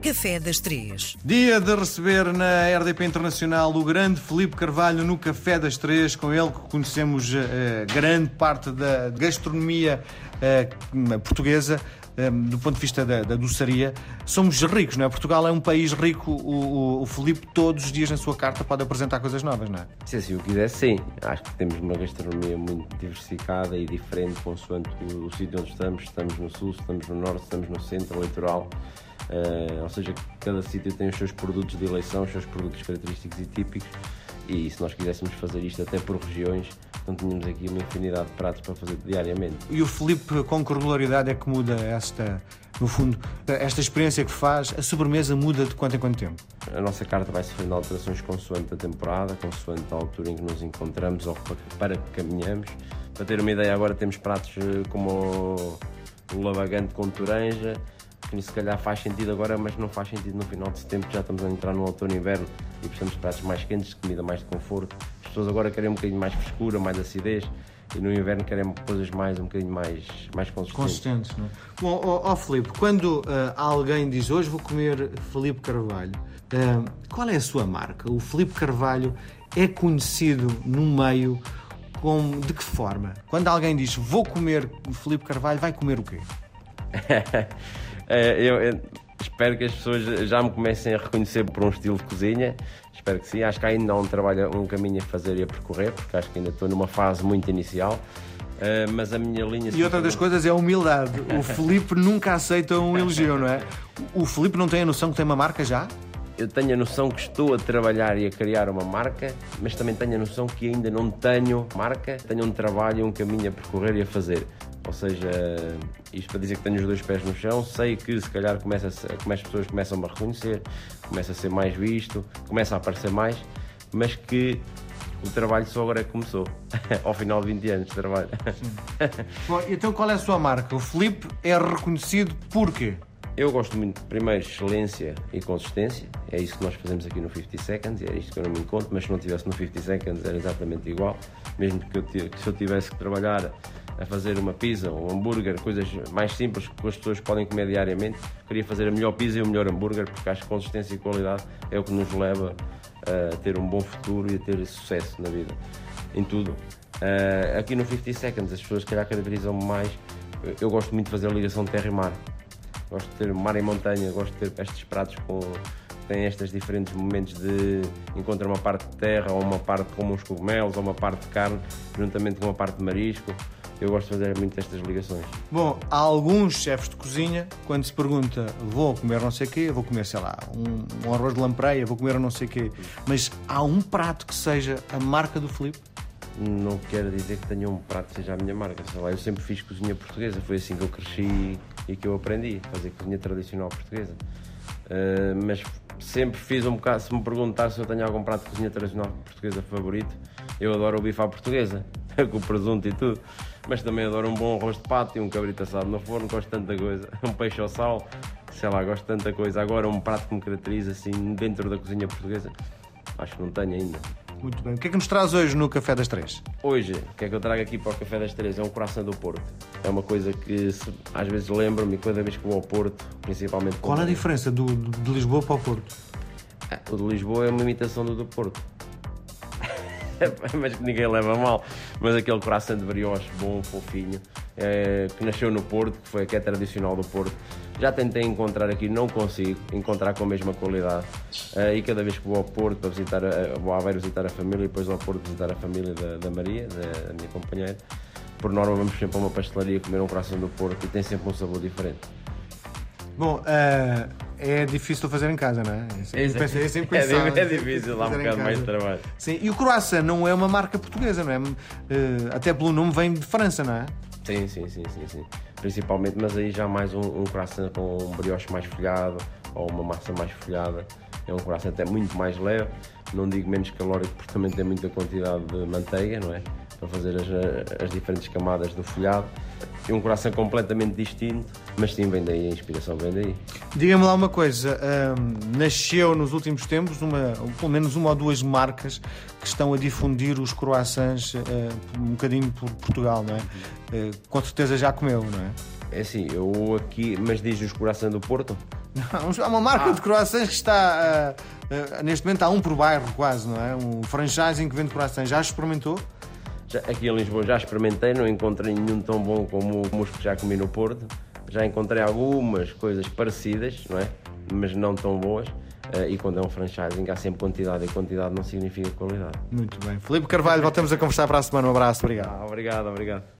Café das Três. Dia de receber na RDP Internacional o grande Filipe Carvalho no Café das Três, com ele que conhecemos grande parte da gastronomia portuguesa, do ponto de vista da doçaria. Somos ricos, não é? Portugal é um país rico. O Filipe todos os dias na sua carta pode apresentar coisas novas, não é? Se assim o quiser, sim. Acho que temos uma gastronomia muito diversificada e diferente consoante o sítio onde estamos. Estamos no sul, estamos no norte, estamos no centro, no litoral. Ou seja, cada sítio tem os seus produtos de eleição, os seus produtos característicos e típicos, e se nós quiséssemos fazer isto até por regiões, então tínhamos aqui uma infinidade de pratos para fazer diariamente. E o Filipe, com que regularidade é que muda no fundo, esta experiência que faz? A sobremesa muda de quanto em quanto tempo? A nossa carta vai sofrendo alterações consoante a temporada, consoante a altura em que nos encontramos ou para que caminhamos. Para ter uma ideia, agora temos pratos como o lavagante com toranja, que se calhar faz sentido agora, mas não faz sentido no final de setembro, que já estamos a entrar no outono e inverno e precisamos de pratos mais quentes, de comida mais de conforto. As pessoas agora querem um bocadinho mais frescura, mais acidez, e no inverno querem coisas um bocadinho mais consistentes. Não é? Bom, Filipe, quando alguém diz hoje vou comer Filipe Carvalho, qual é a sua marca? O Filipe Carvalho é conhecido no meio de que forma? Quando alguém diz vou comer Filipe Carvalho, vai comer o quê? Eu espero que as pessoas já me comecem a reconhecer por um estilo de cozinha. Espero que sim. Acho que ainda há um caminho a fazer e a percorrer, porque acho que ainda estou numa fase muito inicial. Mas a minha linha... E outra das coisas é a humildade. O Filipe nunca aceita um elogio, não é? O Filipe não tem a noção que tem uma marca já? Eu tenho a noção que estou a trabalhar e a criar uma marca, mas também tenho a noção que ainda não tenho marca. Tenho um trabalho e um caminho a percorrer e a fazer. Ou seja, isto para dizer que tenho os dois pés no chão, sei que se calhar como as pessoas começam a reconhecer, começa a ser mais visto, começa a aparecer mais, mas que o trabalho só agora é que começou, ao final de 20 anos de trabalho. Bom, então qual é a sua marca? O Filipe é reconhecido por quê? Eu gosto muito, primeiro, excelência e consistência. É isso que nós fazemos aqui no 50 Seconds, é isto que eu não me encontro, mas se não estivesse no 50 Seconds era exatamente igual. Mesmo que se eu tivesse que trabalhar a fazer uma pizza, um hambúrguer, coisas mais simples que as pessoas podem comer diariamente, queria fazer a melhor pizza e o melhor hambúrguer, porque acho que consistência e qualidade é o que nos leva a ter um bom futuro e a ter sucesso na vida, em tudo. Aqui no 50 Seconds as pessoas, se calhar, caracterizam-me mais. Eu gosto muito de fazer a ligação terra e mar. Gosto de ter mar e montanha, gosto de ter estes pratos que têm estes diferentes momentos de encontrar uma parte de terra, ou uma parte como uns cogumelos, ou uma parte de carne, juntamente com uma parte de marisco. Eu gosto de fazer muito estas ligações. Bom, há alguns chefes de cozinha, quando se pergunta vou comer não sei o quê, vou comer, sei lá, um arroz de lampreia, vou comer não sei o quê, mas há um prato que seja a marca do Filipe? Não quero dizer que tenha um prato que seja a minha marca, sei lá, eu sempre fiz cozinha portuguesa, foi assim que eu cresci e que eu aprendi a fazer cozinha tradicional portuguesa. Mas sempre fiz um bocado, se me perguntar se eu tenho algum prato de cozinha tradicional portuguesa favorito, eu adoro o bife à portuguesa, com o presunto e tudo, mas também adoro um bom arroz de pato e um cabrito assado no forno, gosto de tanta coisa, um peixe ao sal, sei lá, gosto de tanta coisa. Agora um prato que me caracteriza assim dentro da cozinha portuguesa, acho que não tenho ainda. Muito bem. O que é que nos traz hoje no Café das Três? Hoje, o que é que eu trago aqui para o Café das Três? É um croissant do Porto. É uma coisa que às vezes lembro-me cada vez que vou ao Porto, principalmente... Qual é a diferença de Lisboa para o Porto? O de Lisboa é uma imitação do Porto. Mas que ninguém leva mal. Mas aquele croissant de brioche bom, fofinho, que nasceu no Porto, que é tradicional do Porto. Já tentei encontrar aqui, não consigo encontrar com a mesma qualidade. E cada vez que vou ao Porto para visitar, vou a Aveiro visitar a família e depois ao Porto visitar a família da Maria, da minha companheira, por norma vamos sempre a uma pastelaria comer um croissant do Porto e tem sempre um sabor diferente. Bom, é difícil de fazer em casa, não é? É difícil, dá um bocado mais de trabalho. Sim, e o croissant não é uma marca portuguesa, não é? Até pelo nome vem de França, não é? Sim. Principalmente, mas aí já mais um croissant com um brioche mais folhado ou uma massa mais folhada. É um croissant até muito mais leve, não digo menos calórico porque também tem muita quantidade de manteiga, não é? Para fazer as diferentes camadas do folhado. É um croissant completamente distinto, mas sim, vem daí, a inspiração vem daí. Diga-me lá uma coisa, nasceu nos últimos tempos pelo menos uma ou duas marcas que estão a difundir os croissants um bocadinho por Portugal, não é? Com certeza já comeu, não é? É assim, eu aqui, mas diz os croissants do Porto? Há uma marca de croissants que está, neste momento há um por bairro quase, não é? Um franchising que vende croissants. Já experimentou? Aqui em Lisboa já experimentei, não encontrei nenhum tão bom como os que já comi no Porto. Já encontrei algumas coisas parecidas, não é? Mas não tão boas. E quando é um franchising há sempre quantidade, e quantidade não significa qualidade. Muito bem. Filipe Carvalho, voltamos a conversar para a semana. Um abraço, obrigado. Obrigado.